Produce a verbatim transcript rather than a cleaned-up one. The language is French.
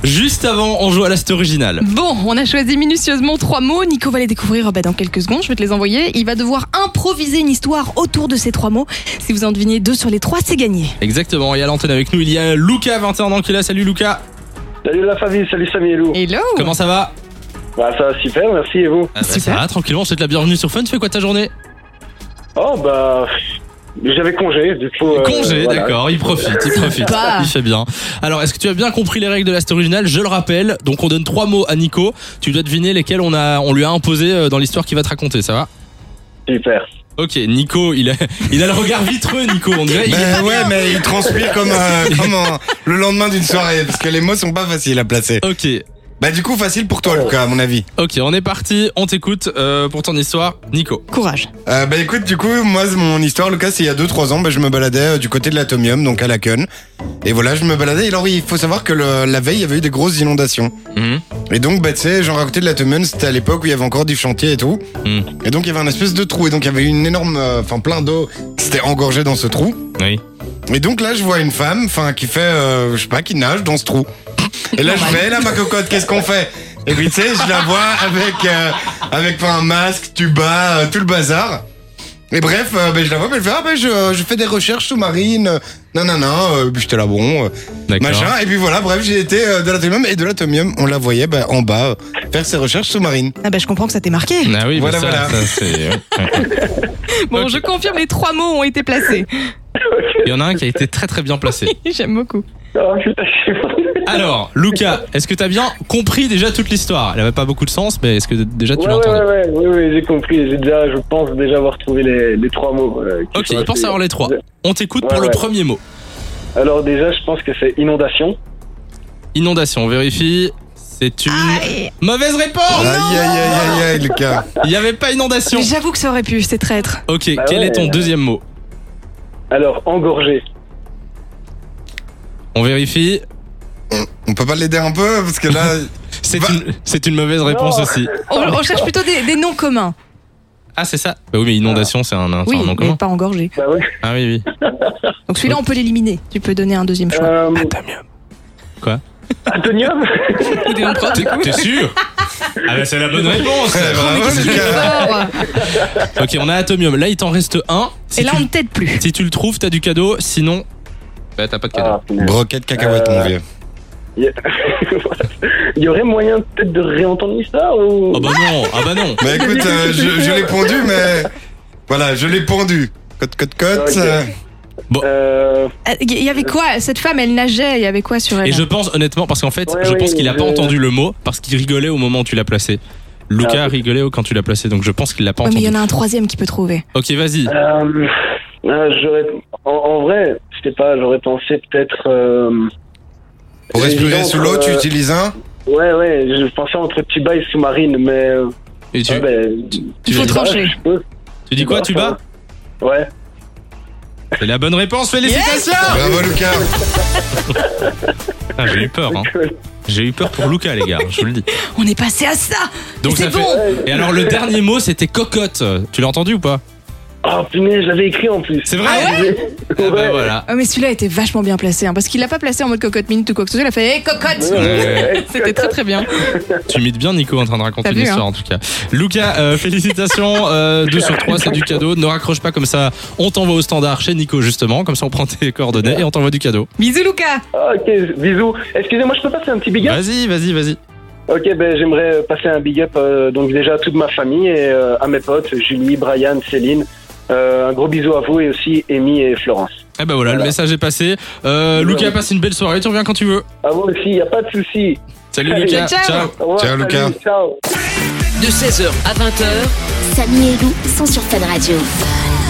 Juste avant, on joue à la C'était original. Bon, on a choisi minutieusement trois mots. Nico va les découvrir bah, dans quelques secondes. Je vais te les envoyer. Il va devoir improviser une histoire autour de ces trois mots. Si vous en devinez deux sur les trois, c'est gagné. Exactement. Et à l'antenne avec nous, il y a Lucas, vingt et un ans, qui est là. Salut Lucas. Salut la famille, salut Samy et Lou. Hello. Comment ça va? Bah, ça va super, merci et vous? Ah, bah, ça va, tranquillement. On te souhaite la bienvenue sur Fun. Tu fais quoi de ta journée? Oh bah... J'avais congé, du coup... Euh, congé, voilà. d'accord, il profite, il profite, Bah. il fait bien. Alors, est-ce que tu as bien compris les règles de la C'était originale? Je le rappelle, donc on donne trois mots à Nico. Tu dois deviner lesquels on, a, on lui a imposé dans l'histoire qu'il va te raconter, ça va? Super. Ok, Nico, il a, il a le regard vitreux, Nico, on dirait. Il Ben ouais, mais il transpire comme, euh, comme en- le lendemain d'une soirée, parce que les mots sont pas faciles à placer. Ok, Bah du coup, facile pour toi, Lucas, à mon avis. ok, on est parti, on t'écoute euh, pour ton histoire, Nico. Courage. Euh, bah écoute, du coup, moi, mon histoire, Lucas, c'est il y a deux trois ans, bah, je me baladais euh, du côté de l'Atomium, donc à Laken. Et voilà, je me baladais. Et alors, oui, il faut savoir que le- la veille, il y avait eu des grosses inondations. Mhm. Et donc, bah, tu sais, genre à côté de l'Atomium, c'était à l'époque où il y avait encore du chantier et tout. Mhm. Et donc, il y avait un espèce de trou. Et donc, il y avait une énorme, euh, enfin, plein d'eau qui s'était engorgé dans ce trou. Oui. Et donc là, je vois une femme, enfin, qui fait, euh, je sais pas, qui nage dans ce trou. Et là, je fais, là, ma cocotte, qu'est-ce qu'on fait? Et puis, tu sais, je la vois avec, euh, avec enfin, un masque, tuba, euh, tout le bazar. Et bref, euh, ben, je la vois, ben, je fais, ah, ben, je, je fais des recherches sous-marines, euh, non, non, non, euh, puis j'étais là, bon, euh, D'accord. machin. Et puis voilà, bref, j'ai été euh, de l'Atomium, et de l'Atomium, on la voyait, ben, en bas, euh, faire ses recherches sous-marines. Ah bah je comprends que ça t'ait marqué. Ah oui, Voilà, bah ça, voilà. ça, c'est... ouais, ouais. Bon, Ok. je confirme, les trois mots ont été placés. Il y en a un qui a été très très bien placé. J'aime beaucoup. Oh putain, je suis... Alors, Lucas, est-ce que t'as bien compris déjà toute l'histoire? Elle avait pas beaucoup de sens, mais est-ce que déjà tu Ouais, ouais, l'entendais? ouais, ouais, ouais, ouais, j'ai compris. J'ai déjà, je pense déjà avoir trouvé les, les trois mots. euh, qui Ok, sont il pense assez- avoir les trois. On t'écoute Ouais, pour le ouais. premier mot. Alors déjà, je pense que c'est inondation. Inondation, on vérifie. C'est une Aïe. mauvaise réponse. Aïe, aïe, aïe, aïe, aïe, Lucas. Il n'y avait pas inondation. Mais j'avoue que ça aurait pu, c'est traître. Ok, Bah quel ouais. est ton deuxième mot? Alors, engorgé. On vérifie. On peut pas l'aider un peu, parce que là, C'est Va- une, c'est une mauvaise réponse Non. aussi. On, on cherche plutôt des, des noms communs. Ah, c'est ça? Bah oui, mais inondation, c'est un, un, c'est Oui, un nom mais commun. pas engorgé. Bah ouais. Ah oui, oui. Donc celui-là, on peut l'éliminer. Tu peux donner un deuxième choix. Euh, Quoi? Antonium. Ou des noms propres, du coup. T'es sûr? Ah bah c'est la bonne réponse. Ouais, bravo, C'est Lucas. fort. Ok, on a Atomium. Là, il t'en reste un. Si Et là, tu, on ne t'aide plus. si tu le trouves, t'as du cadeau. Sinon, bah t'as pas de cadeau. Ah, punaise. Broquette cacahuète, Euh, mon vieux. Il y a- Il y aurait moyen peut-être de réentendre l'histoire ou... Oh bah non, ah bah non. Bah écoute, euh, je, je l'ai pondu, mais voilà, je l'ai pondu. Cote, cote, cote. Ok. euh, Euh... Il y avait quoi? Cette femme, elle nageait. Il y avait quoi sur elle? Et je pense honnêtement, parce qu'en fait, Ouais, je oui, pense qu'il a pas je- entendu le mot parce qu'il rigolait au moment où tu l'as placé. Lucas Ah, rigolait quand tu l'as placé, donc je pense qu'il l'a pas Ouais, mais il entendu. y en a un troisième qui peut trouver. Ok, vas-y. Euh, euh, j'aurais, en, en vrai, je sais pas, j'aurais pensé peut-être. Euh, Pour respirer évident, sous l'eau, euh, tu utilises un. Ouais, ouais, je pensais entre tuba et sous-marine, mais. euh, Et tu, ouais, ben, Il faut je sais pas, trancher. je peux. tu dis quoi, tu bats? Ouais. C'est la bonne réponse, félicitations. Bravo, Lucas. Ah, j'ai eu peur, hein. J'ai eu peur pour Lucas, les gars, je vous le dis. On est passé à ça. Donc Et c'est ça fait. bon. Et alors le dernier mot, c'était cocotte. Tu l'as entendu ou pas? Oh punaise, je l'avais écrit en plus. C'est vrai? Ah ouais, Ah bah voilà. Ah, mais celui-là était vachement bien placé, hein, parce qu'il l'a pas placé en mode cocotte minute ou quoi que ce soit. Il a fait hey, cocotte. Ouais. C'était très très bien. Tu imites bien Nico en train de raconter T'as une vu, histoire hein. en tout cas. Lucas, euh, félicitations, euh, deux sur trois, c'est du cadeau. Ne raccroche pas comme ça, on t'envoie au standard chez Nico justement, comme ça on prend tes coordonnées et on t'envoie du cadeau. Bisous Lucas. Ah, ok, bisous. Excusez-moi, je peux passer un petit big up? Vas-y, vas-y, vas-y. Ok, ben j'aimerais passer un big up euh, donc déjà à toute ma famille et euh, à mes potes, Julie, Brian, Céline. Euh, un gros bisou à vous et aussi Amy et Florence. Eh ben voilà, le Voilà. message est passé. Euh, Lucas, passe une belle soirée, tu reviens quand tu veux. À vous aussi, y a pas de souci. Salut Allez, Lucas, ciao. ciao. Au revoir, Ciao, salut, Lucas. Ciao. De seize heures à vingt heures, Samy et Lou sont sur Fun Radio.